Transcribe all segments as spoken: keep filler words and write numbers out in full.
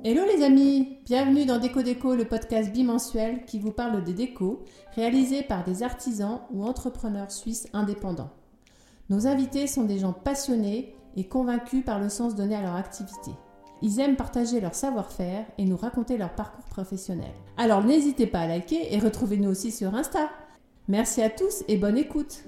Hello les amis, bienvenue dans Déco Déco, le podcast bimensuel qui vous parle des décos réalisés par des artisans ou entrepreneurs suisses indépendants. Nos invités sont des gens passionnés et convaincus par le sens donné à leur activité. Ils aiment partager leur savoir-faire et nous raconter leur parcours professionnel. Alors n'hésitez pas à liker et retrouvez-nous aussi sur Insta. Merci à tous et bonne écoute.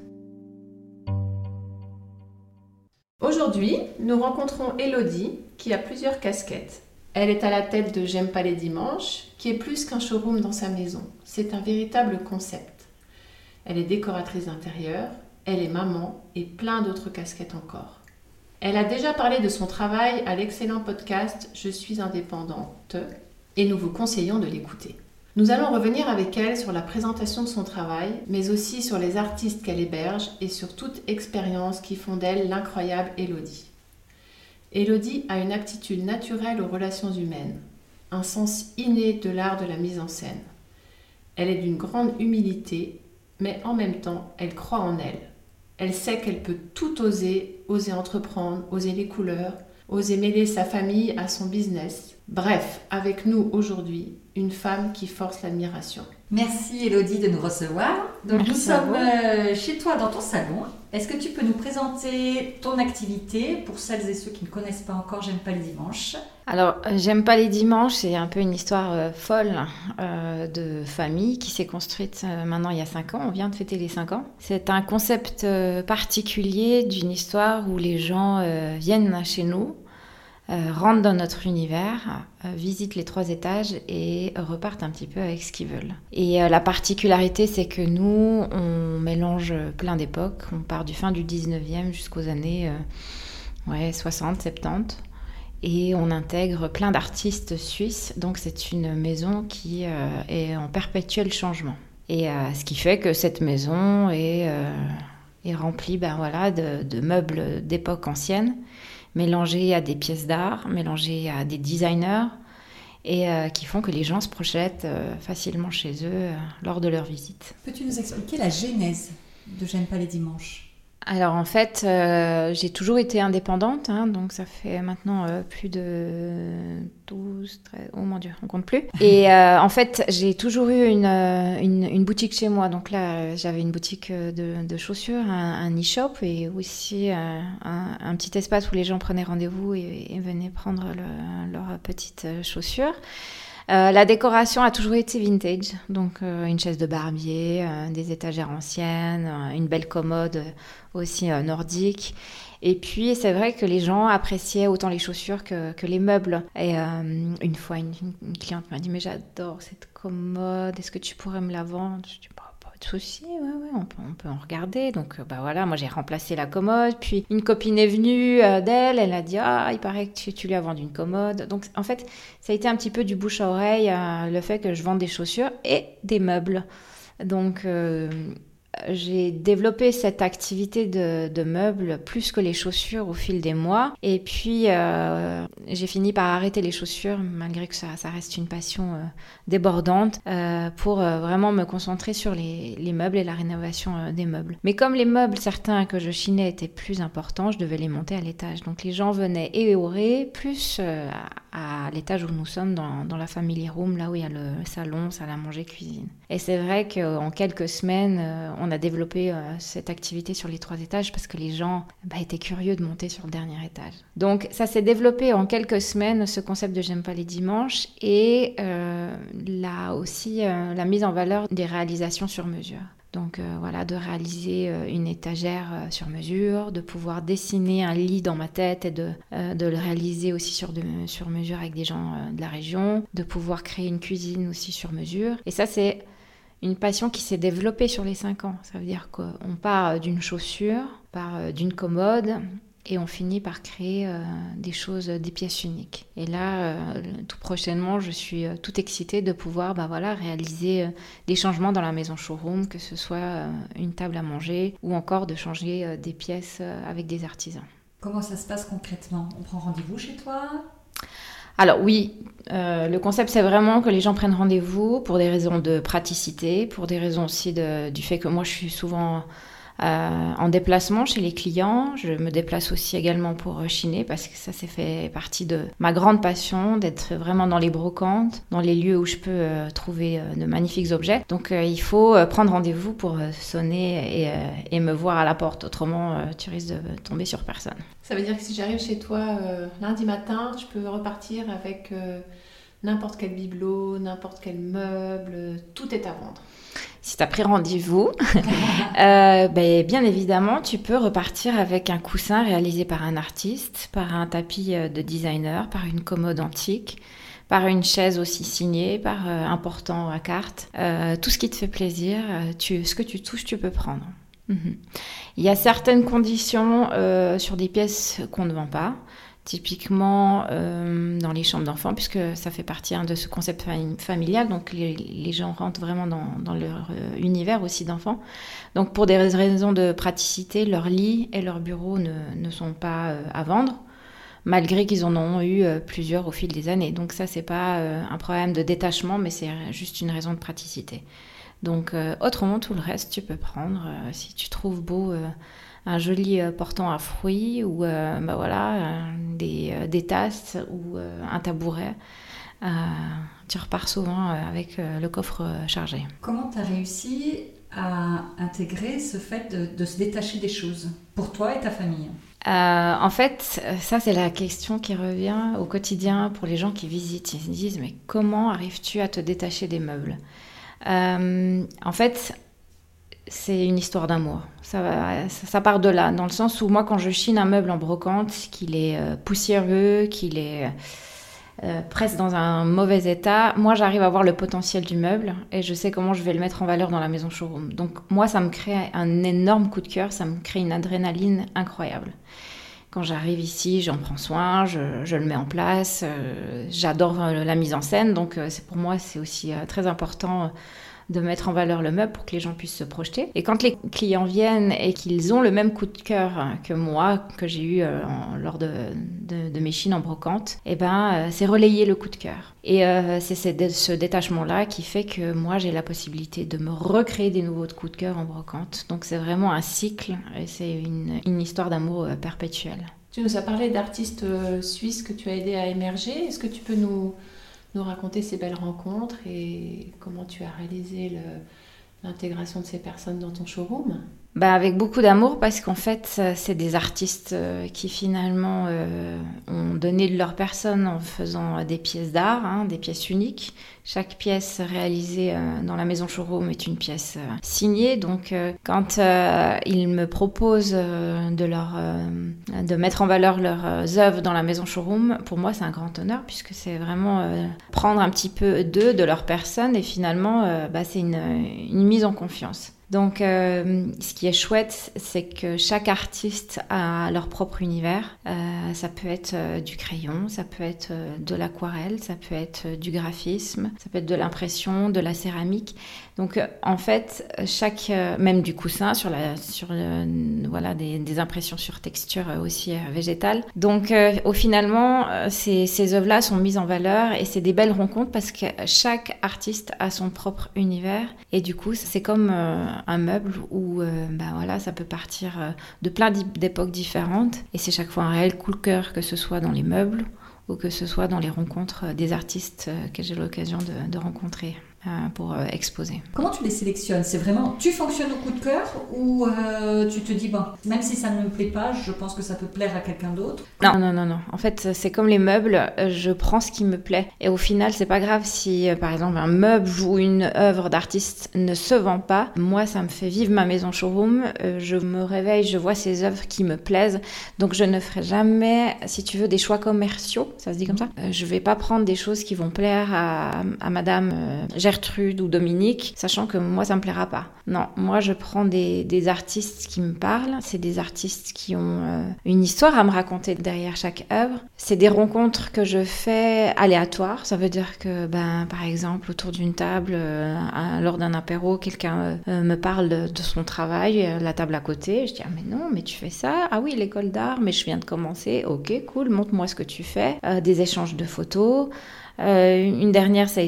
Aujourd'hui, nous rencontrons Elodie qui a plusieurs casquettes. Elle est à la tête de J'aime pas les dimanches, qui est plus qu'un showroom dans sa maison. C'est un véritable concept. Elle est décoratrice d'intérieur, elle est maman et plein d'autres casquettes encore. Elle a déjà parlé de son travail à l'excellent podcast Je suis indépendante et nous vous conseillons de l'écouter. Nous allons revenir avec elle sur la présentation de son travail, mais aussi sur les artistes qu'elle héberge et sur toute expérience qui font d'elle l'incroyable Elodie. Elodie a une aptitude naturelle aux relations humaines, un sens inné de l'art de la mise en scène. Elle est d'une grande humilité, mais en même temps, elle croit en elle. Elle sait qu'elle peut tout oser, oser entreprendre, oser les couleurs, oser mêler sa famille à son business. Bref, avec nous aujourd'hui, une femme qui force l'admiration. Merci Elodie de nous recevoir. Donc Merci nous sommes euh, chez toi dans ton salon. Est-ce que tu peux nous présenter ton activité pour celles et ceux qui ne connaissent pas encore J'aime pas les dimanches? Alors, euh, J'aime pas les dimanches, c'est un peu une histoire euh, folle euh, de famille qui s'est construite euh, maintenant il y a cinq ans. On vient de fêter les cinq ans. C'est un concept euh, particulier d'une histoire où les gens euh, viennent chez nous, Euh, rentrent dans notre univers, euh, visitent les trois étages et repartent un petit peu avec ce qu'ils veulent. Et euh, la particularité, c'est que nous, on mélange plein d'époques. On part du fin du dix-neuvième jusqu'aux années euh, ouais, soixante, soixante-dix. Et on intègre plein d'artistes suisses. Donc c'est une maison qui euh, est en perpétuel changement. Et euh, ce qui fait que cette maison est, euh, est remplie ben, voilà, de, de meubles d'époque ancienne, mélangés à des pièces d'art, mélangés à des designers, et euh, qui font que les gens se projettent euh, facilement chez eux euh, lors de leur visite. Peux-tu nous expliquer la genèse de J'aime pas les dimanches? Alors en fait, euh, j'ai toujours été indépendante, hein, donc ça fait maintenant euh, plus de douze, treize, oh mon Dieu, on compte plus. Et euh, en fait, j'ai toujours eu une, une, une boutique chez moi. Donc là, j'avais une boutique de, de chaussures, un, un e-shop et aussi un, un, un petit espace où les gens prenaient rendez-vous et, et venaient prendre le, leurs petites chaussures. Euh, la décoration a toujours été vintage, donc euh, une chaise de barbier, euh, des étagères anciennes, euh, une belle commode aussi euh, nordique. Et puis c'est vrai que les gens appréciaient autant les chaussures que, que les meubles. Et euh, une fois, une, une cliente m'a dit « Mais j'adore cette commode, est-ce que tu pourrais me la vendre ?» Je dis bah, pas de souci, ouais, ouais, on peut, on peut en regarder. Donc euh, bah voilà, moi j'ai remplacé la commode. Puis une copine est venue euh, d'elle, elle a dit « Ah, il paraît que tu, tu lui as vendu une commode. » Donc en fait, ça a été un petit peu du bouche à oreille, euh, le fait que je vende des chaussures et des meubles. Donc euh, j'ai développé cette activité de, de meubles plus que les chaussures au fil des mois. Et puis, euh, j'ai fini par arrêter les chaussures, malgré que ça, ça reste une passion euh, débordante, euh, pour euh, vraiment me concentrer sur les, les meubles et la rénovation euh, des meubles. Mais comme les meubles, certains que je chinais étaient plus importants, je devais les monter à l'étage. Donc les gens venaient et au rez, plus euh, à, à l'étage où nous sommes, dans, dans la family room, là où il y a le salon, salle à manger, cuisine. Et c'est vrai qu'en quelques semaines, euh, on a développé euh, cette activité sur les trois étages parce que les gens bah, étaient curieux de monter sur le dernier étage. Donc ça s'est développé en quelques semaines, ce concept de J'aime pas les dimanches, et euh, là aussi euh, la mise en valeur des réalisations sur mesure. Donc euh, voilà, de réaliser euh, une étagère euh, sur mesure, de pouvoir dessiner un lit dans ma tête et de, euh, de le réaliser aussi sur, de, sur mesure avec des gens euh, de la région, de pouvoir créer une cuisine aussi sur mesure. Et ça, c'est une passion qui s'est développée sur les cinq ans. Ça veut dire qu'on part d'une chaussure, on part d'une commode, et on finit par créer euh, des choses, des pièces uniques. Et là, euh, tout prochainement, je suis euh, toute excitée de pouvoir bah, voilà, réaliser euh, des changements dans la maison showroom, que ce soit euh, une table à manger ou encore de changer euh, des pièces euh, avec des artisans. Comment ça se passe concrètement? On prend rendez-vous chez toi? Alors oui, euh, le concept c'est vraiment que les gens prennent rendez-vous pour des raisons de praticité, pour des raisons aussi de, du fait que moi je suis souvent Euh, en déplacement chez les clients, je me déplace aussi également pour chiner parce que ça, c'est fait partie de ma grande passion, d'être vraiment dans les brocantes, dans les lieux où je peux euh, trouver euh, de magnifiques objets. Donc euh, il faut euh, prendre rendez-vous pour euh, sonner et, euh, et me voir à la porte, autrement euh, tu risques de tomber sur personne. Ça veut dire que si j'arrive chez toi euh, lundi matin, je peux repartir avec euh, n'importe quel bibelot, n'importe quel meuble, euh, tout est à vendre. Si tu as pris rendez-vous, euh, ben, bien évidemment, tu peux repartir avec un coussin réalisé par un artiste, par un tapis de designer, par une commode antique, par une chaise aussi signée, par euh, un portant à carte. Euh, tout ce qui te fait plaisir, tu, ce que tu touches, tu peux prendre. Mm-hmm. Il y a certaines conditions euh, sur des pièces qu'on ne vend pas. Typiquement euh, dans les chambres d'enfants, puisque ça fait partie hein, de ce concept familial, donc les, les gens rentrent vraiment dans, dans leur euh, univers aussi d'enfants. Donc pour des raisons de praticité, leurs lits et leurs bureaux ne, ne sont pas euh, à vendre, malgré qu'ils en ont eu euh, plusieurs au fil des années. Donc ça, c'est pas euh, un problème de détachement, mais c'est juste une raison de praticité. Donc euh, autrement, tout le reste, tu peux prendre. Euh, si tu trouves beau... Euh, un joli euh, portant à fruits ou euh, bah voilà, euh, des, euh, des tasses ou euh, un tabouret. Euh, tu repars souvent euh, avec euh, le coffre euh, chargé. Comment tu as réussi à intégrer ce fait de, de se détacher des choses pour toi et ta famille ? Euh, en fait, ça c'est la question qui revient au quotidien pour les gens qui visitent. Ils se disent, mais comment arrives-tu à te détacher des meubles ? euh, En fait... c'est une histoire d'amour. Ça, va, ça, ça part de là, dans le sens où moi, quand je chine un meuble en brocante, qu'il est euh, poussiéreux, qu'il est euh, presque dans un mauvais état, moi, j'arrive à voir le potentiel du meuble et je sais comment je vais le mettre en valeur dans la maison showroom. Donc, moi, ça me crée un énorme coup de cœur, ça me crée une adrénaline incroyable. Quand j'arrive ici, j'en prends soin, je, je le mets en place, euh, j'adore euh, la mise en scène, donc euh, c'est, pour moi, c'est aussi euh, très important... Euh, de mettre en valeur le meuble pour que les gens puissent se projeter. Et quand les clients viennent et qu'ils ont le même coup de cœur que moi, que j'ai eu euh, en, lors de, de, de mes chines en brocante, eh ben, euh, c'est relayer le coup de cœur. Et euh, c'est ce, ce détachement-là qui fait que moi, j'ai la possibilité de me recréer des nouveaux coups de cœur en brocante. Donc c'est vraiment un cycle et c'est une, une histoire d'amour euh, perpétuelle. Tu nous as parlé d'artistes euh, suisses que tu as aidés à émerger. Est-ce que tu peux nous... nous raconter ces belles rencontres et comment tu as réalisé le, l'intégration de ces personnes dans ton showroom ? Bah avec beaucoup d'amour parce qu'en fait, c'est des artistes qui finalement euh, ont donné de leur personne en faisant des pièces d'art, hein, des pièces uniques. Chaque pièce réalisée euh, dans la maison showroom est une pièce euh, signée. Donc euh, quand euh, ils me proposent euh, de, leur, euh, de mettre en valeur leurs euh, œuvres dans la maison showroom, pour moi c'est un grand honneur puisque c'est vraiment euh, prendre un petit peu d'eux, de leur personne et finalement euh, bah, c'est une, une mise en confiance. Donc, euh, ce qui est chouette, c'est que chaque artiste a leur propre univers. Euh, ça peut être euh, du crayon, ça peut être euh, de l'aquarelle, ça peut être euh, du graphisme, ça peut être de l'impression, de la céramique. Donc, euh, en fait, chaque, euh, même du coussin sur la, sur le, voilà, des, des impressions sur texture euh, aussi euh, végétale. Donc, euh, au finalement, euh, ces, ces œuvres-là sont mises en valeur et c'est des belles rencontres parce que chaque artiste a son propre univers et du coup, c'est comme euh, un meuble où euh, bah voilà, ça peut partir euh, de plein d'époques différentes et c'est chaque fois un réel coup de cœur que ce soit dans les meubles ou que ce soit dans les rencontres des artistes euh, que j'ai l'occasion de, de rencontrer euh, pour euh, exposer. Comment tu les sélectionnes ? C'est vraiment, tu fonctionnes au coup de cœur ou euh, tu te dis, bon, même si ça ne me plaît pas, je pense que ça peut plaire à quelqu'un d'autre ? Non, non, non, non. En fait, c'est comme les meubles, je prends ce qui me plaît. Et au final, c'est pas grave si, par exemple, un meuble ou une œuvre d'artiste ne se vend pas. Moi, ça me fait vivre ma maison showroom. Je me réveille, je vois ces œuvres qui me plaisent. Donc, je ne ferai jamais, si tu veux, des choix commerciaux. Ça se dit comme ça ? Je vais pas prendre des choses qui vont plaire à, à madame Gertrude ou Dominique, sachant que moi, ça me plaira pas. Non, moi, je prends des, des artistes qui me parlent. C'est des artistes qui ont euh, une histoire à me raconter derrière chaque œuvre. C'est des rencontres que je fais aléatoires. Ça veut dire que, ben, par exemple, autour d'une table, euh, à, lors d'un apéro, quelqu'un euh, me parle de, de son travail, euh, la table à côté. Je dis, ah mais non, mais tu fais ça ? Ah oui, l'école d'art, mais je viens de commencer. Ok, cool, montre-moi ce que tu fais. Euh, des échanges de photos. Euh, une dernière, ça a été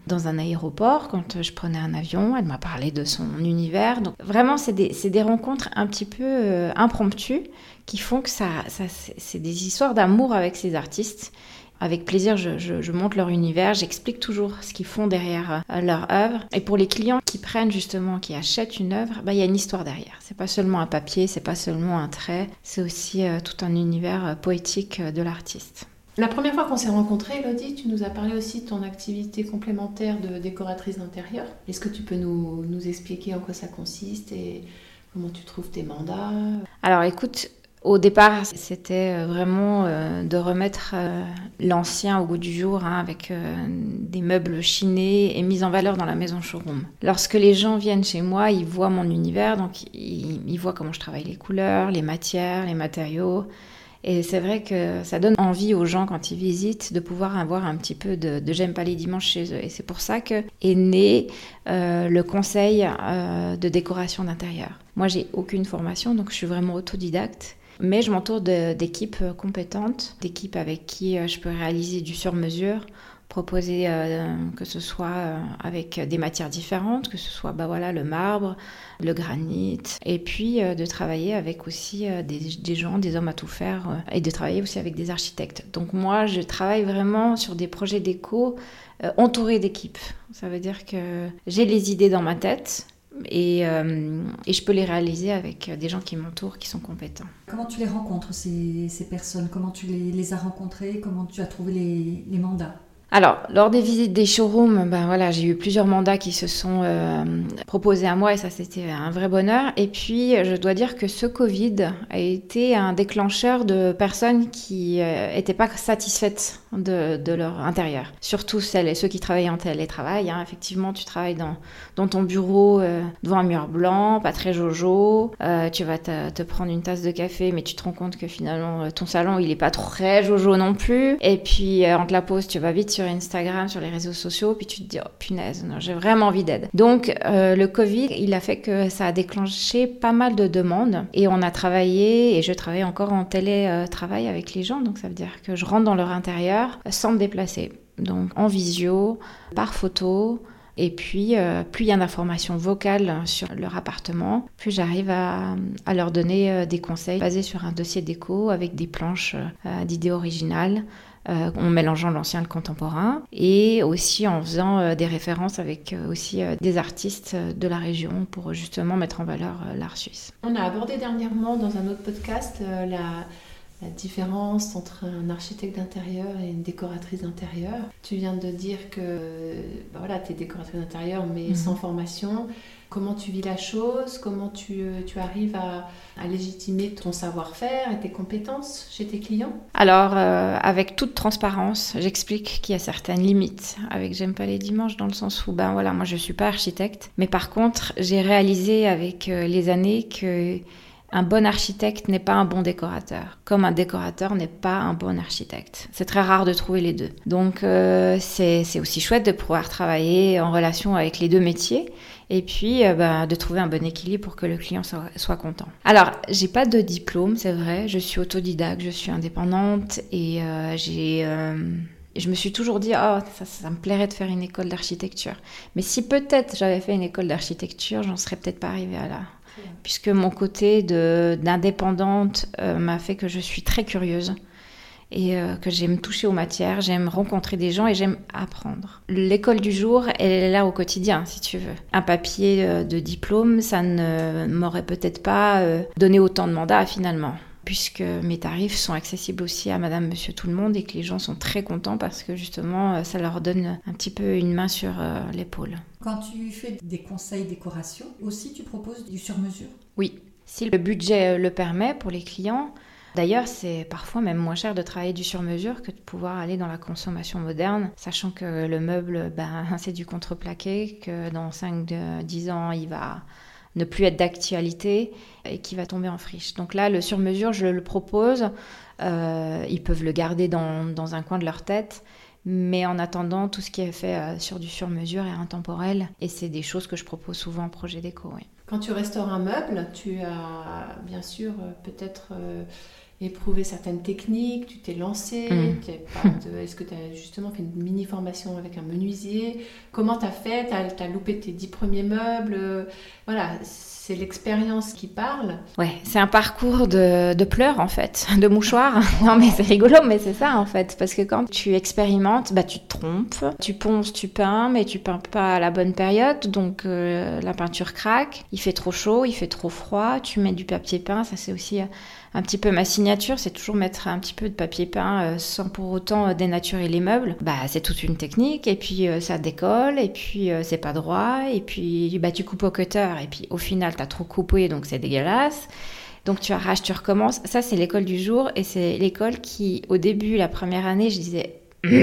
dans un aéroport, quand je prenais un avion, elle m'a parlé de son univers. Donc vraiment, c'est des, c'est des rencontres un petit peu euh, impromptues qui font que ça, ça c'est, c'est des histoires d'amour avec ces artistes. Avec plaisir, je, je, je montre leur univers, j'explique toujours ce qu'ils font derrière euh, leur œuvre. Et pour les clients qui prennent justement, qui achètent une œuvre, bah, y a une histoire derrière. C'est pas seulement un papier, c'est pas seulement un trait, c'est aussi euh, tout un univers euh, poétique euh, de l'artiste. La première fois qu'on s'est rencontrés, Elodie, tu nous as parlé aussi de ton activité complémentaire de décoratrice d'intérieur. Est-ce que tu peux nous, nous expliquer en quoi ça consiste et comment tu trouves tes mandats ? Alors écoute, au départ, c'était vraiment euh, de remettre euh, l'ancien au goût du jour, hein, avec euh, des meubles chinés et mis en valeur dans la maison showroom. Lorsque les gens viennent chez moi, ils voient mon univers, donc ils, ils voient comment je travaille les couleurs, les matières, les matériaux. Et c'est vrai que ça donne envie aux gens, quand ils visitent, de pouvoir avoir un petit peu de, de J'aime pas les dimanches chez eux. Et c'est pour ça que est né euh, le conseil euh, de décoration d'intérieur. Moi, j'ai aucune formation, donc je suis vraiment autodidacte. Mais je m'entoure de, d'équipes compétentes, d'équipes avec qui je peux réaliser du sur-mesure, proposer euh, que ce soit euh, avec des matières différentes, que ce soit bah voilà, le marbre, le granit, et puis euh, de travailler avec aussi euh, des, des gens, des hommes à tout faire, euh, et de travailler aussi avec des architectes. Donc moi, je travaille vraiment sur des projets déco euh, entourés d'équipes. Ça veut dire que j'ai les idées dans ma tête, Et, euh, et je peux les réaliser avec des gens qui m'entourent, qui sont compétents. Comment tu les rencontres, ces, ces personnes ? Comment tu les, les as rencontrées ? Comment tu as trouvé les, les mandats ? Alors, lors des visites des showrooms, ben voilà, j'ai eu plusieurs mandats qui se sont euh, proposés à moi et ça, c'était un vrai bonheur. Et puis, je dois dire que ce Covid a été un déclencheur de personnes qui n'étaient euh, pas satisfaites de, de leur intérieur. Surtout celles et ceux qui travaillent en télétravail. Hein. Effectivement, tu travailles dans, dans ton bureau euh, devant un mur blanc, pas très jojo. Euh, tu vas te, te prendre une tasse de café, mais tu te rends compte que finalement, ton salon, il n'est pas très jojo non plus. Et puis, euh, entre la pause, tu vas vite sur Instagram, sur les réseaux sociaux, puis tu te dis, oh punaise, non, j'ai vraiment envie d'aide. Donc, euh, le Covid, il a fait que ça a déclenché pas mal de demandes et on a travaillé, et je travaille encore en télétravail avec les gens, donc ça veut dire que je rentre dans leur intérieur sans me déplacer. Donc, en visio, par photo. Et puis, euh, plus il y a d'informations vocales sur leur appartement, plus j'arrive à, à leur donner euh, des conseils basés sur un dossier déco avec des planches euh, d'idées originales, euh, en mélangeant l'ancien et le contemporain, et aussi en faisant euh, des références avec euh, aussi euh, des artistes de la région pour justement mettre en valeur euh, l'art suisse. On a abordé dernièrement dans un autre podcast euh, la... la différence entre un architecte d'intérieur et une décoratrice d'intérieur. Tu viens de dire que ben voilà, tu es décoratrice d'intérieur mais mmh. sans formation. Comment tu vis la chose ? Comment tu, tu arrives à, à légitimer ton savoir-faire et tes compétences chez tes clients ? Alors, euh, avec toute transparence, j'explique qu'il y a certaines limites avec J'aime pas les dimanches, dans le sens où, ben voilà, moi je suis pas architecte, mais par contre, j'ai réalisé avec euh, les années que un bon architecte n'est pas un bon décorateur, comme un décorateur n'est pas un bon architecte. C'est très rare de trouver les deux. Donc euh, c'est, c'est aussi chouette de pouvoir travailler en relation avec les deux métiers et puis euh, bah, de trouver un bon équilibre pour que le client soit, soit content. Alors, j'ai pas de diplôme, c'est vrai, je suis autodidacte, je suis indépendante et euh, j'ai... Euh je me suis toujours dit, oh, ça, ça me plairait de faire une école d'architecture. Mais si peut-être j'avais fait une école d'architecture, j'en serais peut-être pas arrivée à là. Puisque mon côté de, d'indépendante euh, m'a fait que je suis très curieuse et euh, que j'aime toucher aux matières, j'aime rencontrer des gens et j'aime apprendre. L'école du jour, elle est là au quotidien, si tu veux. Un papier euh, de diplôme, ça ne m'aurait peut-être pas euh, donné autant de mandats finalement, puisque mes tarifs sont accessibles aussi à madame, monsieur, tout le monde et que les gens sont très contents parce que justement, ça leur donne un petit peu une main sur euh, l'épaule. Quand tu fais des conseils décoration, aussi tu proposes du sur-mesure ? Oui, si le budget le permet pour les clients. D'ailleurs, c'est parfois même moins cher de travailler du sur-mesure que de pouvoir aller dans la consommation moderne, sachant que le meuble, ben, c'est du contreplaqué, que dans cinq à dix ans, il va ne plus être d'actualité et qui va tomber en friche. Donc là, le sur-mesure, je le propose. Euh, ils peuvent le garder dans, dans un coin de leur tête. Mais en attendant, tout ce qui est fait euh, sur du sur-mesure est intemporel. Et c'est des choses que je propose souvent en projet déco. Oui. Quand tu restaures un meuble, tu as bien sûr euh, peut-être euh, éprouvé certaines techniques, tu t'es lancée, Mm. tu pas de... est-ce que tu as justement fait une mini-formation avec un menuisier? Comment tu as fait? Tu as loupé tes dix premiers meubles? Voilà, c'est l'expérience qui parle. Ouais, c'est un parcours de, de pleurs en fait, de mouchoirs. Non mais c'est rigolo, mais c'est ça en fait. Parce que quand tu expérimentes, bah, tu te trompes. Tu ponces, tu peins, mais tu peins pas à la bonne période. Donc euh, la peinture craque, il fait trop chaud, il fait trop froid. Tu mets du papier peint, ça c'est aussi un petit peu ma signature. C'est toujours mettre un petit peu de papier peint euh, sans pour autant euh, dénaturer les meubles. Bah, c'est toute une technique et puis euh, ça décolle et puis euh, c'est pas droit. Et puis bah, tu coupes au cutter et puis au final t'as trop coupé donc c'est dégueulasse. Donc tu arraches, tu recommences. Ça c'est l'école du jour et c'est l'école qui au début, la première année, je disais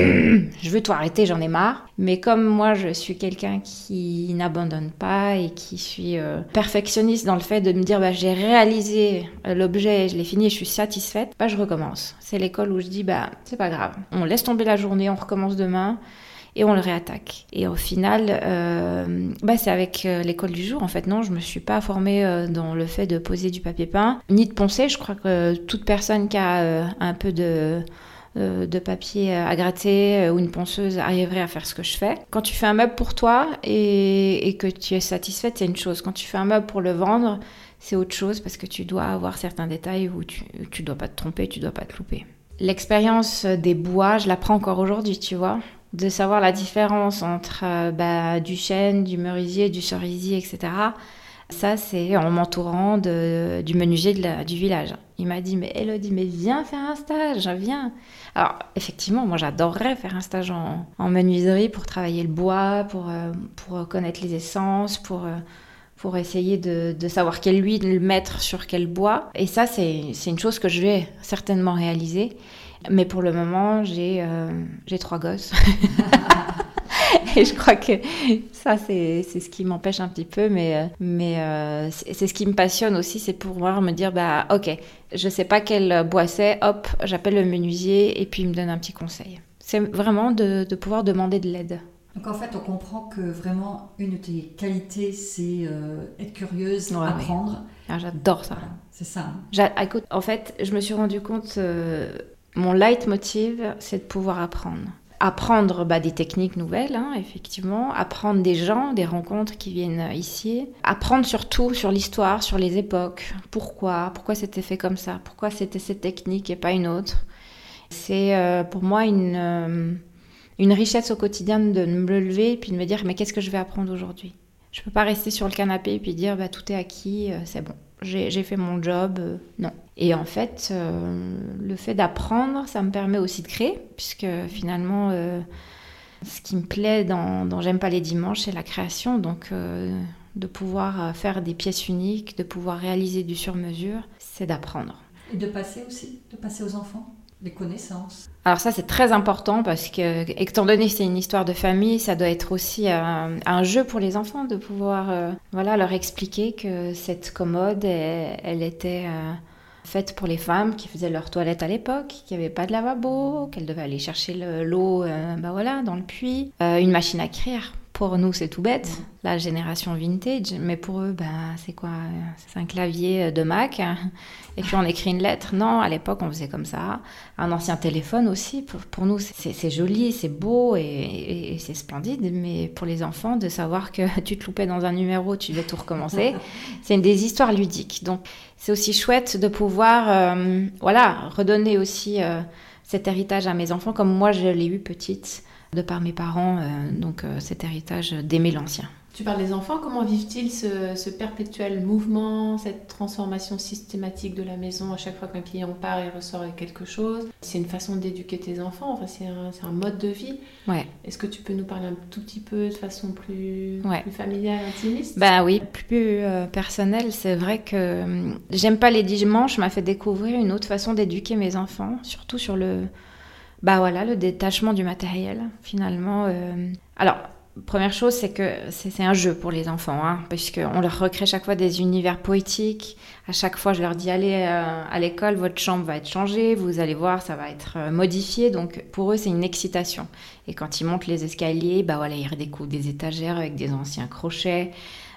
je veux tout arrêter, j'en ai marre. Mais comme moi je suis quelqu'un qui n'abandonne pas et qui suis euh, perfectionniste dans le fait de me dire bah, j'ai réalisé l'objet, je l'ai fini, je suis satisfaite, bah, je recommence. C'est l'école où je dis bah c'est pas grave, on laisse tomber la journée, on recommence demain. Et on le réattaque. Et au final, euh, bah c'est avec euh, l'école du jour. En fait, non, je me suis pas formée euh, dans le fait de poser du papier peint, ni de poncer. Je crois que toute personne qui a euh, un peu de, euh, de papier à gratter euh, ou une ponceuse arriverait à faire ce que je fais. Quand tu fais un meuble pour toi et, et que tu es satisfaite, c'est une chose. Quand tu fais un meuble pour le vendre, c'est autre chose parce que tu dois avoir certains détails où tu, tu dois pas te tromper, tu dois pas te louper. L'expérience des bois, je l'apprends encore aujourd'hui, tu vois. De savoir la différence entre euh, bah, du chêne, du merisier, du cerisier, et cetera. Ça, c'est en m'entourant de, du menuisier de la, du village. Il m'a dit, mais Élodie, mais viens faire un stage, viens. Alors, effectivement, moi, j'adorerais faire un stage en, en menuiserie pour travailler le bois, pour, euh, pour connaître les essences, pour, euh, pour essayer de, de savoir quelle huile mettre sur quel bois. Et ça, c'est, c'est une chose que je vais certainement réaliser. Mais pour le moment, j'ai, euh, j'ai trois gosses. Et je crois que ça, c'est, c'est ce qui m'empêche un petit peu. Mais, mais euh, c'est, c'est ce qui me passionne aussi, c'est pouvoir me dire, bah, ok, je ne sais pas quel bois c'est, hop, j'appelle le menuisier et puis il me donne un petit conseil. C'est vraiment de, de pouvoir demander de l'aide. Donc en fait, on comprend que vraiment, une de tes qualités, c'est euh, être curieuse, ouais, apprendre. Ah, j'adore ça. Voilà, c'est ça. J'a- Écoute, en fait, je me suis rendu compte... Euh, Mon leitmotiv, c'est de pouvoir apprendre. Apprendre bah, des techniques nouvelles, hein, effectivement. Apprendre des gens, des rencontres qui viennent ici. Apprendre surtout sur l'histoire, sur les époques. Pourquoi Pourquoi c'était fait comme ça? Pourquoi c'était cette technique et pas une autre? C'est euh, pour moi une, euh, une richesse au quotidien de me lever et puis de me dire mais qu'est-ce que je vais apprendre aujourd'hui? Je ne peux pas rester sur le canapé et puis dire bah, tout est acquis, euh, c'est bon. J'ai, j'ai fait mon job, euh, non. Et en fait, euh, le fait d'apprendre, ça me permet aussi de créer, puisque finalement, euh, ce qui me plaît dans, dans J'aime pas les dimanches, c'est la création. Donc, euh, de pouvoir faire des pièces uniques, de pouvoir réaliser du sur-mesure, c'est d'apprendre. Et de passer aussi, de passer aux enfants des connaissances. Alors ça, c'est très important parce que, étant donné que c'est une histoire de famille, ça doit être aussi un, un jeu pour les enfants de pouvoir euh, voilà, leur expliquer que cette commode, elle, elle était euh, faite pour les femmes qui faisaient leur toilette à l'époque, qui n'avaient pas de lavabo, qu'elles devaient aller chercher le, l'eau euh, bah voilà, dans le puits. Euh, une machine à écrire. Pour nous, c'est tout bête, la génération vintage, mais pour eux, ben, c'est quoi? C'est un clavier de Mac, et puis on écrit une lettre. Non, à l'époque, on faisait comme ça. Un ancien téléphone aussi, pour, pour nous, c'est, c'est joli, c'est beau et, et, et c'est splendide, mais pour les enfants, de savoir que tu te loupais dans un numéro, tu devais tout recommencer, c'est une des histoires ludiques. Donc, c'est aussi chouette de pouvoir euh, voilà, redonner aussi euh, cet héritage à mes enfants, comme moi, je l'ai eu petite, de par mes parents, euh, donc euh, cet héritage d'aimer l'ancien. Tu parles des enfants, comment vivent-ils ce, ce perpétuel mouvement, cette transformation systématique de la maison? À chaque fois qu'un client part, il ressort avec quelque chose. C'est une façon d'éduquer tes enfants, enfin, c'est, un, c'est un mode de vie. Ouais. Est-ce que tu peux nous parler un tout petit peu de façon plus, ouais. plus familiale, intimiste? Ben oui, plus euh, personnelle. C'est vrai que euh, J'aime pas les dimanches m'a fait découvrir une autre façon d'éduquer mes enfants, surtout sur le... Bah voilà, le détachement du matériel, finalement. Euh... Alors, première chose, c'est que c'est, c'est un jeu pour les enfants, hein, puisqu'on leur recrée chaque fois des univers poétiques. À chaque fois, je leur dis, allez euh, à l'école, votre chambre va être changée, vous allez voir, ça va être euh, modifié. Donc, pour eux, c'est une excitation. Et quand ils montent les escaliers, bah voilà, ils redécouvrent des étagères avec des anciens crochets.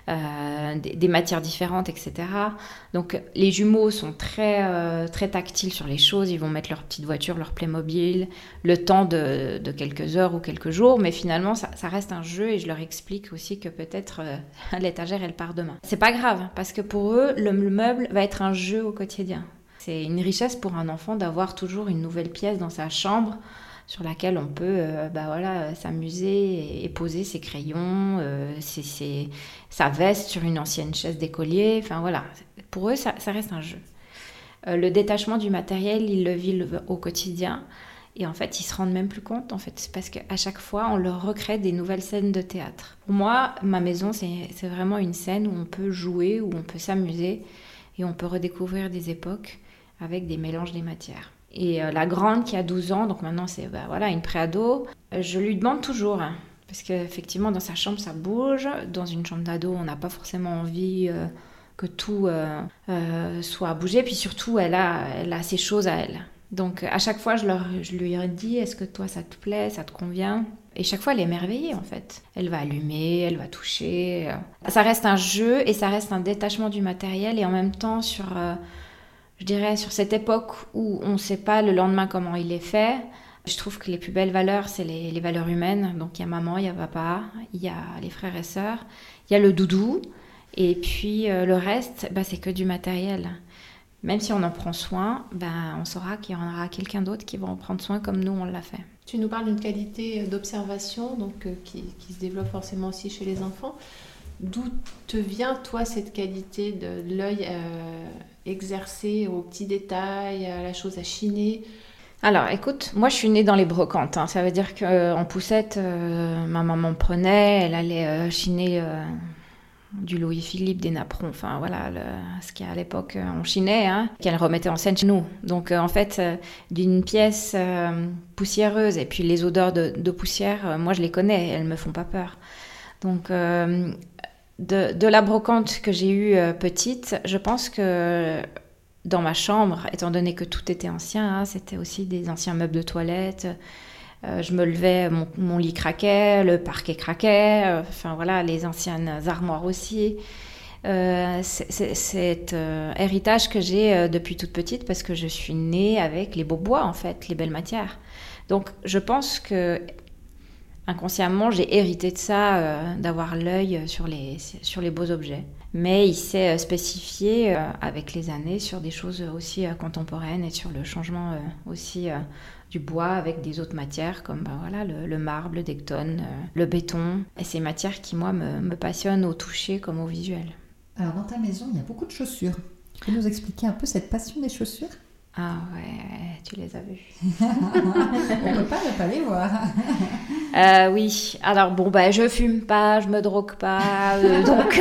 euh, des, des matières différentes, et cetera. Donc les jumeaux sont très, euh, très tactiles sur les choses, ils vont mettre leur petite voiture, leur Playmobil, le temps de, de quelques heures ou quelques jours, mais finalement ça, ça reste un jeu et je leur explique aussi que peut-être euh, l'étagère elle part demain. C'est pas grave, parce que pour eux, le, le meuble va être un jeu au quotidien. C'est une richesse pour un enfant d'avoir toujours une nouvelle pièce dans sa chambre sur laquelle on peut euh, bah voilà, s'amuser et, et poser ses crayons, euh, ses, ses, sa veste sur une ancienne chaise d'écolier. Enfin voilà, pour eux, ça, ça reste un jeu. Euh, le détachement du matériel, ils le vivent au quotidien. Et en fait, ils se rendent même plus compte, en fait. C'est parce qu'à chaque fois, on leur recrée des nouvelles scènes de théâtre. Pour moi, ma maison, c'est, c'est vraiment une scène où on peut jouer, où on peut s'amuser et on peut redécouvrir des époques avec des mélanges des matières. Et euh, la grande qui a douze ans, donc maintenant c'est bah, voilà, une préado, euh, je lui demande toujours, hein, parce qu'effectivement dans sa chambre ça bouge, dans une chambre d'ado on n'a pas forcément envie euh, que tout euh, euh, soit bougé, puis surtout elle a, elle a ses choses à elle. Donc à chaque fois je, leur, je lui dis, est-ce que toi ça te plaît, ça te convient ? Et chaque fois elle est émerveillée en fait. Elle va allumer, elle va toucher. Ça reste un jeu et ça reste un détachement du matériel et en même temps sur... Euh, Je dirais, sur cette époque où on ne sait pas le lendemain comment il est fait, je trouve que les plus belles valeurs, c'est les, les valeurs humaines. Donc, il y a maman, il y a papa, il y a les frères et sœurs, il y a le doudou. Et puis, euh, le reste, bah, c'est que du matériel. Même si on en prend soin, bah, on saura qu'il y en aura quelqu'un d'autre qui va en prendre soin comme nous, on l'a fait. Tu nous parles d'une qualité d'observation donc, euh, qui, qui se développe forcément aussi chez les enfants. D'où te vient, toi, cette qualité de l'œil euh, exercé aux petits détails, à la chose à chiner ? Alors, écoute, moi, je suis née dans les brocantes. Hein. Ça veut dire qu'en poussette, euh, ma maman me prenait, elle allait euh, chiner euh, du Louis-Philippe, des napperons, enfin, voilà, le, ce qu'à l'époque, euh, on chinait, hein, qu'elle remettait en scène chez nous. Donc, euh, en fait, euh, d'une pièce euh, poussiéreuse et puis les odeurs de, de poussière, euh, moi, je les connais, elles me font pas peur. Donc, euh, de, de la brocante que j'ai eue euh, petite, je pense que dans ma chambre, étant donné que tout était ancien, hein, c'était aussi des anciens meubles de toilette, euh, je me levais, mon, mon lit craquait, le parquet craquait, euh, enfin voilà, les anciennes armoires aussi. Euh, c'est, c'est cet euh, héritage que j'ai euh, depuis toute petite parce que je suis née avec les beaux bois, en fait, les belles matières. Donc, je pense que inconsciemment, j'ai hérité de ça, euh, d'avoir l'œil sur les, sur les beaux objets. Mais il s'est euh, spécifié euh, avec les années sur des choses aussi euh, contemporaines et sur le changement euh, aussi euh, du bois avec des autres matières comme bah, voilà, le, le marbre, le dectone, euh, le béton. Et ces matières qui, moi, me, me passionnent au toucher comme au visuel. Alors, dans ta maison, il y a beaucoup de chaussures. Tu peux nous expliquer un peu cette passion des chaussures ? Ah ouais, tu les as vues. On ne peut pas ne pas les voir. Euh, oui, alors bon, bah, je fume pas, je me drogue pas, euh, donc...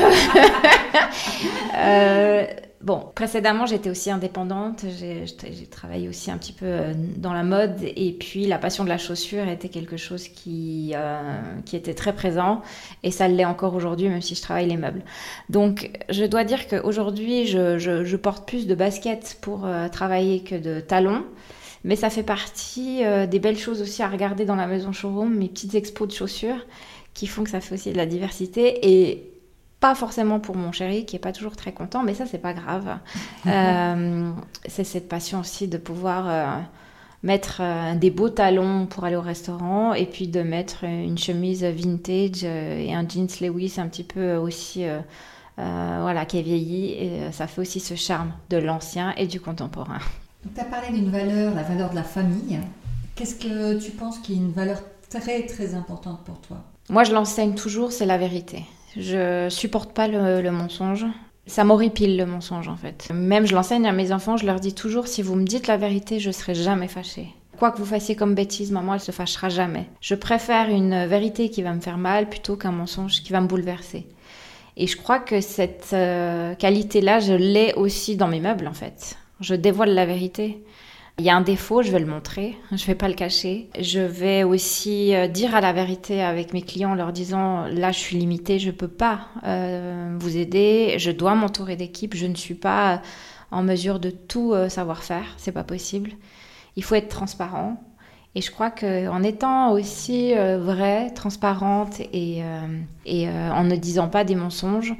euh, bon, précédemment, j'étais aussi indépendante, j'ai, j'ai travaillé aussi un petit peu dans la mode, et puis la passion de la chaussure était quelque chose qui, euh, qui était très présent, et ça l'est encore aujourd'hui, même si je travaille les meubles. Donc, je dois dire qu'aujourd'hui, je, je, je porte plus de baskets pour euh, travailler que de talons. Mais ça fait partie euh, des belles choses aussi à regarder dans la maison showroom, mes petites expos de chaussures qui font que ça fait aussi de la diversité et pas forcément pour mon chéri qui est pas toujours très content, mais ça c'est pas grave. euh, c'est cette passion aussi de pouvoir euh, mettre euh, des beaux talons pour aller au restaurant et puis de mettre une chemise vintage euh, et un jeans Lewis un petit peu aussi euh, euh, voilà, qui est vieilli et ça fait aussi ce charme de l'ancien et du contemporain. Tu as parlé d'une valeur, la valeur de la famille. Qu'est-ce que tu penses qui est une valeur très très importante pour toi ? Moi, je l'enseigne toujours, c'est la vérité. Je supporte pas le, le mensonge. Ça m'horripile le mensonge en fait. Même je l'enseigne à mes enfants, je leur dis toujours, si vous me dites la vérité, je serai jamais fâchée. Quoi que vous fassiez comme bêtise, maman, elle se fâchera jamais. Je préfère une vérité qui va me faire mal plutôt qu'un mensonge qui va me bouleverser. Et je crois que cette euh, qualité-là, je l'ai aussi dans mes meubles en fait. Je dévoile la vérité. Il y a un défaut, je vais le montrer, je ne vais pas le cacher. Je vais aussi dire à la vérité avec mes clients en leur disant « là, je suis limitée, je ne peux pas euh, vous aider, je dois m'entourer d'équipe, je ne suis pas en mesure de tout euh, savoir faire, ce n'est pas possible. » Il faut être transparent. Et je crois qu'en étant aussi euh, vraie, transparente et, euh, et euh, en ne disant pas des mensonges,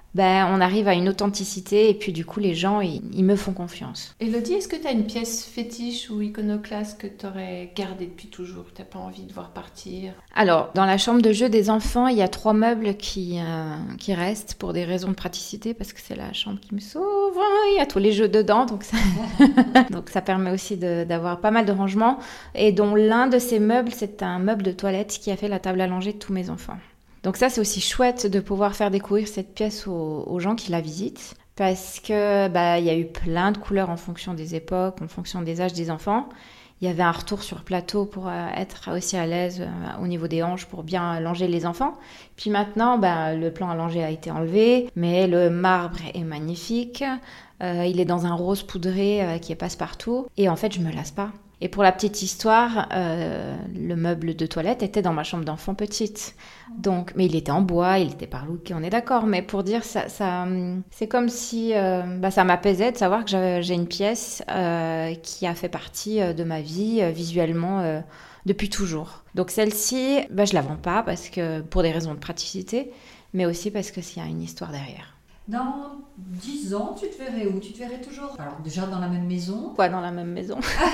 ben, on arrive à une authenticité et puis du coup les gens ils, ils me font confiance. Elodie, est-ce que tu as une pièce fétiche ou iconoclaste que tu aurais gardée depuis toujours, que tu n'as pas envie de voir partir? Alors, dans la chambre de jeu des enfants, il y a trois meubles qui, euh, qui restent pour des raisons de praticité parce que c'est la chambre qui me sauve. Il y a tous les jeux dedans, donc ça, donc ça permet aussi de, d'avoir pas mal de rangements. Et dont l'un de ces meubles, c'est un meuble de toilette qui a fait la table à langer de tous mes enfants. Donc ça, c'est aussi chouette de pouvoir faire découvrir cette pièce aux, aux gens qui la visitent parce que bah, y a eu plein de couleurs en fonction des époques, en fonction des âges des enfants. Il y avait un retour sur plateau pour euh, être aussi à l'aise euh, au niveau des hanches pour bien langer les enfants. Puis maintenant, bah, le plan à langer a été enlevé, mais le marbre est magnifique. Euh, il est dans un rose poudré euh, qui est passe-partout. Et en fait, je me lasse pas. Et pour la petite histoire, euh, le meuble de toilette était dans ma chambre d'enfant petite. Donc, mais il était en bois, il était par looké, on est d'accord. Mais pour dire, ça, ça, c'est comme si euh, bah, ça m'apaisait de savoir que j'avais, j'ai une pièce euh, qui a fait partie de ma vie euh, visuellement euh, depuis toujours. Donc celle-ci, bah, je la vends pas parce que, pour des raisons de praticité, mais aussi parce que s'il y a une histoire derrière. Dans dix ans, tu te verrais où? Tu te verrais toujours? Alors déjà dans la même maison? Quoi, dans la même maison?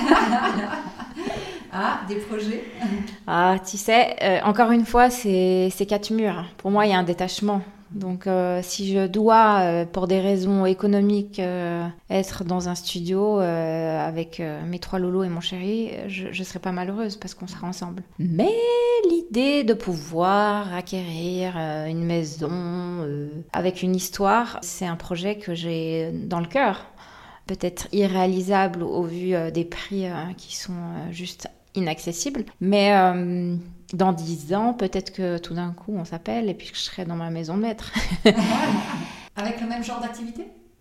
Ah, des projets? Ah, tu sais, euh, encore une fois, c'est, c'est quatre murs. Pour moi, il y a un détachement. Donc, euh, si je dois, euh, pour des raisons économiques, euh, être dans un studio euh, avec euh, mes trois loulous et mon chéri, je, je serais pas malheureuse parce qu'on sera ensemble. Mais l'idée de pouvoir acquérir euh, une maison euh, avec une histoire, c'est un projet que j'ai dans le cœur. Peut-être irréalisable au vu euh, des prix euh, qui sont euh, juste inaccessibles. Mais euh, dans dix ans, peut-être que tout d'un coup, on s'appelle et puis que je serai dans ma maison de maître. Avec le même genre d'activité?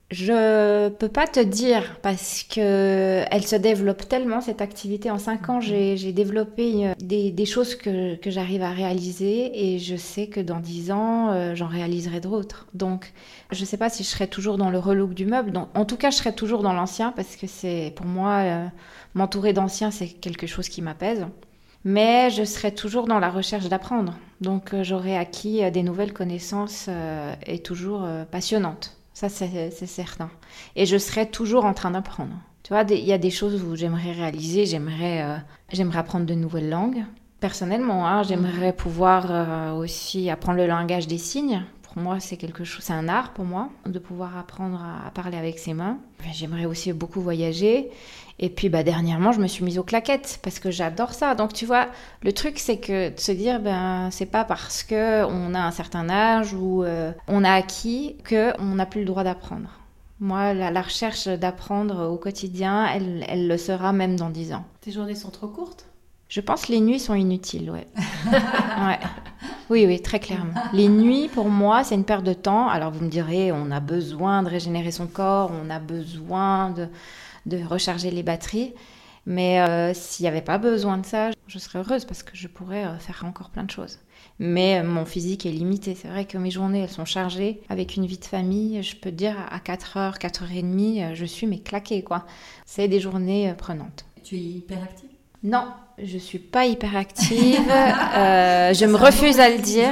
Je peux pas te dire parce que elle se développe tellement cette activité. En cinq ans, j'ai, j'ai développé des, des choses que, que j'arrive à réaliser et je sais que dans dix ans, euh, j'en réaliserai d'autres. Donc, je sais pas si je serai toujours dans le relook du meuble. Donc, en tout cas, je serai toujours dans l'ancien parce que c'est pour moi euh, m'entourer d'anciens, c'est quelque chose qui m'apaise. Mais je serai toujours dans la recherche d'apprendre. Donc, euh, j'aurai acquis euh, des nouvelles connaissances euh, et toujours euh, passionnantes. Ça, c'est, c'est certain. Et je serai toujours en train d'apprendre. Tu vois, il y a des choses où j'aimerais réaliser, j'aimerais, euh, j'aimerais apprendre de nouvelles langues. Personnellement, hein, j'aimerais pouvoir euh, aussi apprendre le langage des signes. Pour moi, c'est quelque chose, c'est un art pour moi, de pouvoir apprendre à, à parler avec ses mains. J'aimerais aussi beaucoup voyager. Et puis, bah, dernièrement, je me suis mise aux claquettes parce que j'adore ça. Donc, tu vois, le truc, c'est que de se dire, ben, c'est pas parce qu'on a un certain âge ou euh, on a acquis qu'on n'a plus le droit d'apprendre. Moi, la, la recherche d'apprendre au quotidien, elle, elle le sera même dans dix ans. Tes journées sont trop courtes? Je pense que les nuits sont inutiles, ouais. ouais. Oui, oui, très clairement. Les nuits, pour moi, c'est une perte de temps. Alors, vous me direz, on a besoin de régénérer son corps, on a besoin de... de recharger les batteries. Mais euh, s'il n'y avait pas besoin de ça, je serais heureuse parce que je pourrais euh, faire encore plein de choses. Mais euh, mon physique est limité. C'est vrai que mes journées, elles sont chargées. Avec une vie de famille, je peux te dire à quatre heures, quatre heures trente, je suis mais claquée, quoi. C'est des journées euh, prenantes. Tu es hyperactive? Non, je ne suis pas hyperactive. euh, je me refuse à le dire.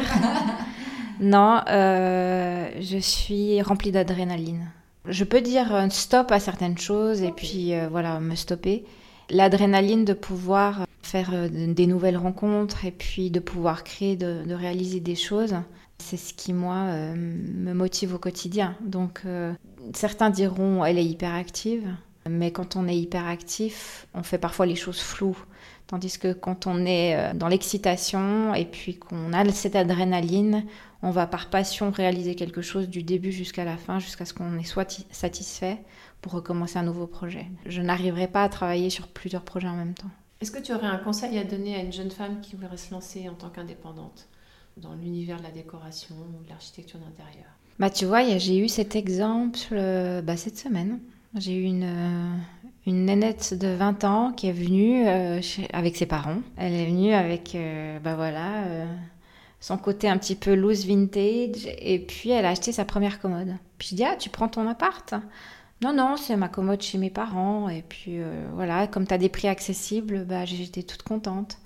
Non, euh, je suis remplie d'adrénaline. Je peux dire stop à certaines choses et puis euh, voilà, me stopper. L'adrénaline de pouvoir faire euh, des nouvelles rencontres et puis de pouvoir créer, de, de réaliser des choses, c'est ce qui, moi, euh, me motive au quotidien. Donc, euh, certains diront elle est hyperactive, mais quand on est hyperactif, on fait parfois les choses floues. Tandis que quand on est dans l'excitation et puis qu'on a cette adrénaline, on va par passion réaliser quelque chose du début jusqu'à la fin, jusqu'à ce qu'on soit satisfait pour recommencer un nouveau projet. Je n'arriverai pas à travailler sur plusieurs projets en même temps. Est-ce que tu aurais un conseil à donner à une jeune femme qui voudrait se lancer en tant qu'indépendante dans l'univers de la décoration ou de l'architecture d'intérieur? Bah, tu vois, j'ai eu cet exemple euh, bah, cette semaine. J'ai eu une... Euh... Une nénette de vingt ans qui est venue euh, chez, avec ses parents. Elle est venue avec euh, bah voilà, euh, son côté un petit peu loose vintage et puis elle a acheté sa première commode. Puis je dis, ah, tu prends ton appart? Non, non, c'est ma commode chez mes parents. Et puis euh, voilà, comme tu as des prix accessibles, bah, j'étais toute contente.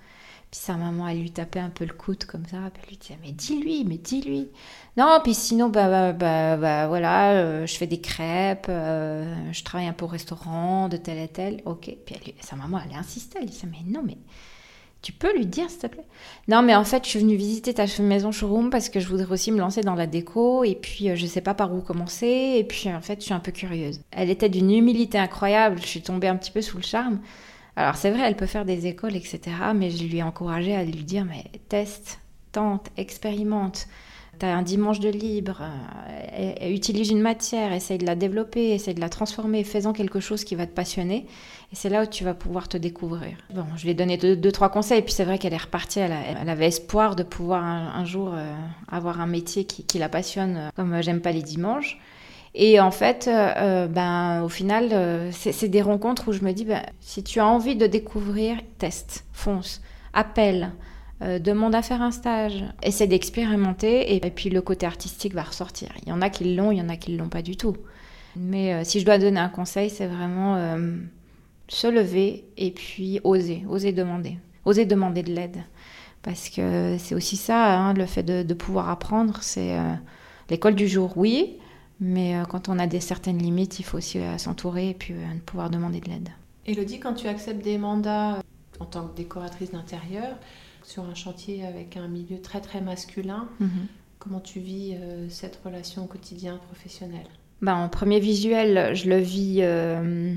Puis sa maman, elle lui tapait un peu le coude comme ça. Puis elle lui disait, mais dis-lui, mais dis-lui. Non, puis sinon, bah, bah, bah, bah voilà, euh, je fais des crêpes, euh, je travaille un peu au restaurant, de tel et tel. Ok. Puis elle, sa maman, elle insistait. Elle disait, mais non, mais tu peux lui dire, s'il te plaît? Non, mais en fait, je suis venue visiter ta maison showroom parce que je voudrais aussi me lancer dans la déco. Et puis, euh, je sais pas par où commencer. Et puis, en fait, je suis un peu curieuse. Elle était d'une humilité incroyable. Je suis tombée un petit peu sous le charme. Alors c'est vrai, elle peut faire des écoles, et cetera. Mais je lui ai encouragée à lui dire, mais teste, tente, expérimente. T'as un dimanche de libre, euh, et, et utilise une matière, essaye de la développer, essaye de la transformer, fais-en quelque chose qui va te passionner. Et c'est là où tu vas pouvoir te découvrir. Bon, je lui ai donné deux, deux trois conseils, et puis c'est vrai qu'elle est repartie, elle, a, elle avait espoir de pouvoir un, un jour euh, avoir un métier qui, qui la passionne, euh, comme euh, J'aime pas les dimanches. Et en fait, euh, ben, au final, euh, c'est, c'est des rencontres où je me dis, ben, si tu as envie de découvrir, teste, fonce, appelle, euh, demande à faire un stage, essaie d'expérimenter, et, et puis le côté artistique va ressortir. Il y en a qui l'ont, il y en a qui ne l'ont pas du tout. Mais euh, si je dois donner un conseil, c'est vraiment euh, se lever et puis oser, oser demander, oser demander de l'aide. Parce que c'est aussi ça, hein, le fait de, de pouvoir apprendre, c'est euh, l'école du jour, oui. Mais euh, quand on a des certaines limites, il faut aussi euh, s'entourer et puis euh, pouvoir demander de l'aide. Élodie, quand tu acceptes des mandats en tant que décoratrice d'intérieur, sur un chantier avec un milieu très très masculin, mm-hmm. comment tu vis euh, cette relation au quotidien professionnel? Ben, en premier visuel, je le vis... Euh...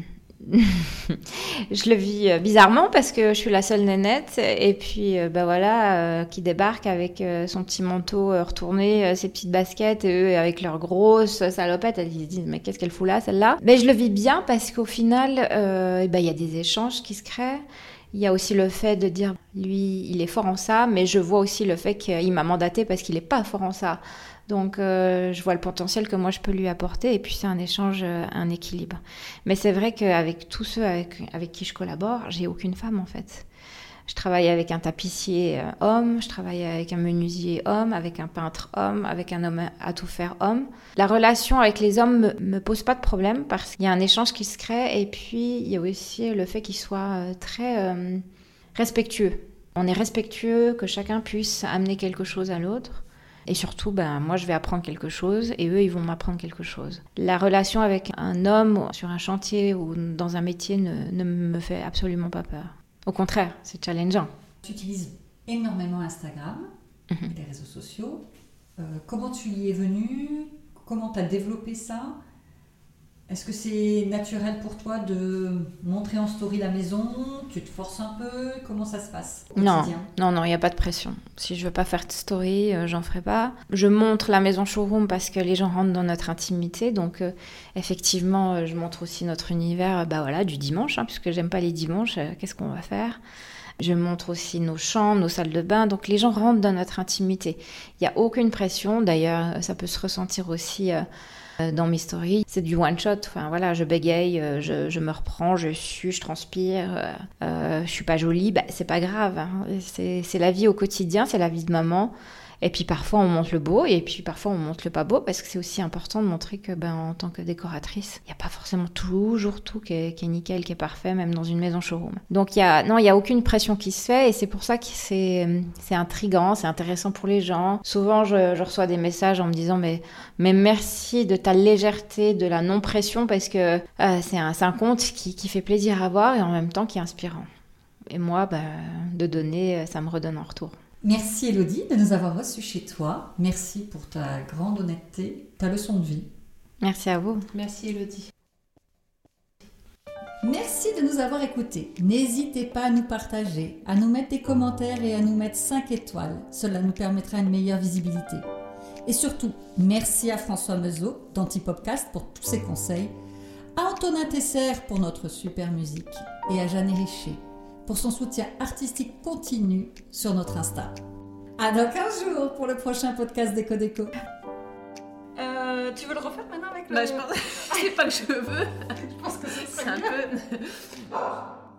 je le vis bizarrement parce que je suis la seule nénette et puis ben voilà euh, qui débarque avec euh, son petit manteau euh, retourné, euh, ses petites baskets et eux avec leurs grosses salopettes, elles se disent mais qu'est-ce qu'elle fout là celle-là? Mais je le vis bien parce qu'au final euh, ben, y a des échanges qui se créent. Il y a aussi le fait de dire lui il est fort en ça, mais je vois aussi le fait qu'il m'a mandaté parce qu'il n'est pas fort en ça. Donc, euh, je vois le potentiel que moi, je peux lui apporter. Et puis, c'est un échange, euh, un équilibre. Mais c'est vrai qu'avec tous ceux avec, avec qui je collabore, j'ai aucune femme, en fait. Je travaille avec un tapissier euh, homme, je travaille avec un menuisier homme, avec un peintre homme, avec un homme à tout faire homme. La relation avec les hommes me, me pose pas de problème parce qu'il y a un échange qui se crée. Et puis, il y a aussi le fait qu'ils soient euh, très euh, respectueux. On est respectueux, que chacun puisse amener quelque chose à l'autre. Et surtout, ben, moi, je vais apprendre quelque chose et eux, ils vont m'apprendre quelque chose. La relation avec un homme sur un chantier ou dans un métier ne, ne me fait absolument pas peur. Au contraire, c'est challengeant. Tu utilises énormément Instagram, mm-hmm. les réseaux sociaux. Euh, comment tu y es venue? Comment tu as développé ça? Est-ce que c'est naturel pour toi de montrer en story la maison? Tu te forces un peu? Comment ça se passe au Non, quotidien? non, non, il n'y a pas de pression. Si je veux pas faire de story, euh, j'en ferai pas. Je montre la maison showroom parce que les gens rentrent dans notre intimité. Donc, euh, effectivement, euh, je montre aussi notre univers bah voilà, du dimanche, hein, puisque j'aime pas les dimanches. Euh, qu'est-ce qu'on va faire? Je montre aussi nos chambres, nos salles de bain. Donc, les gens rentrent dans notre intimité. Il n'y a aucune pression. D'ailleurs, ça peut se ressentir aussi... Euh, dans mes stories, c'est du one shot. Enfin voilà, je bégaye, je, je me reprends, je sue, je transpire, euh, je suis pas jolie, bah, c'est pas grave. Hein. C'est, c'est la vie au quotidien, c'est la vie de maman. Et puis parfois on montre le beau et puis parfois on montre le pas beau parce que c'est aussi important de montrer que ben, en tant que décoratrice, il n'y a pas forcément toujours tout qui est, qui est nickel, qui est parfait, même dans une maison showroom. Donc il y a, non, il n'y a aucune pression qui se fait et c'est pour ça que c'est, c'est intriguant, c'est intéressant pour les gens. Souvent je, je reçois des messages en me disant mais, mais merci de ta légèreté, de la non-pression parce que euh, c'est, un, c'est un conte qui, qui fait plaisir à voir et en même temps qui est inspirant. Et moi, ben, de donner, ça me redonne en retour. Merci Élodie de nous avoir reçus chez toi. Merci pour ta grande honnêteté, ta leçon de vie. Merci à vous. Merci Élodie. Merci de nous avoir écoutés. N'hésitez pas à nous partager, à nous mettre des commentaires et à nous mettre cinq étoiles. Cela nous permettra une meilleure visibilité. Et surtout, merci à François Meuseau d'Antipopcast pour tous ses conseils, à Antonin Tesser pour notre super musique et à Jeanne Richer pour son soutien artistique continu sur notre Insta. À dans quinze jours pour le prochain podcast Déco Déco. Euh, tu veux le refaire maintenant avec le... Bah, je pense... c'est pas que je veux. Je pense que c'est C'est un peu...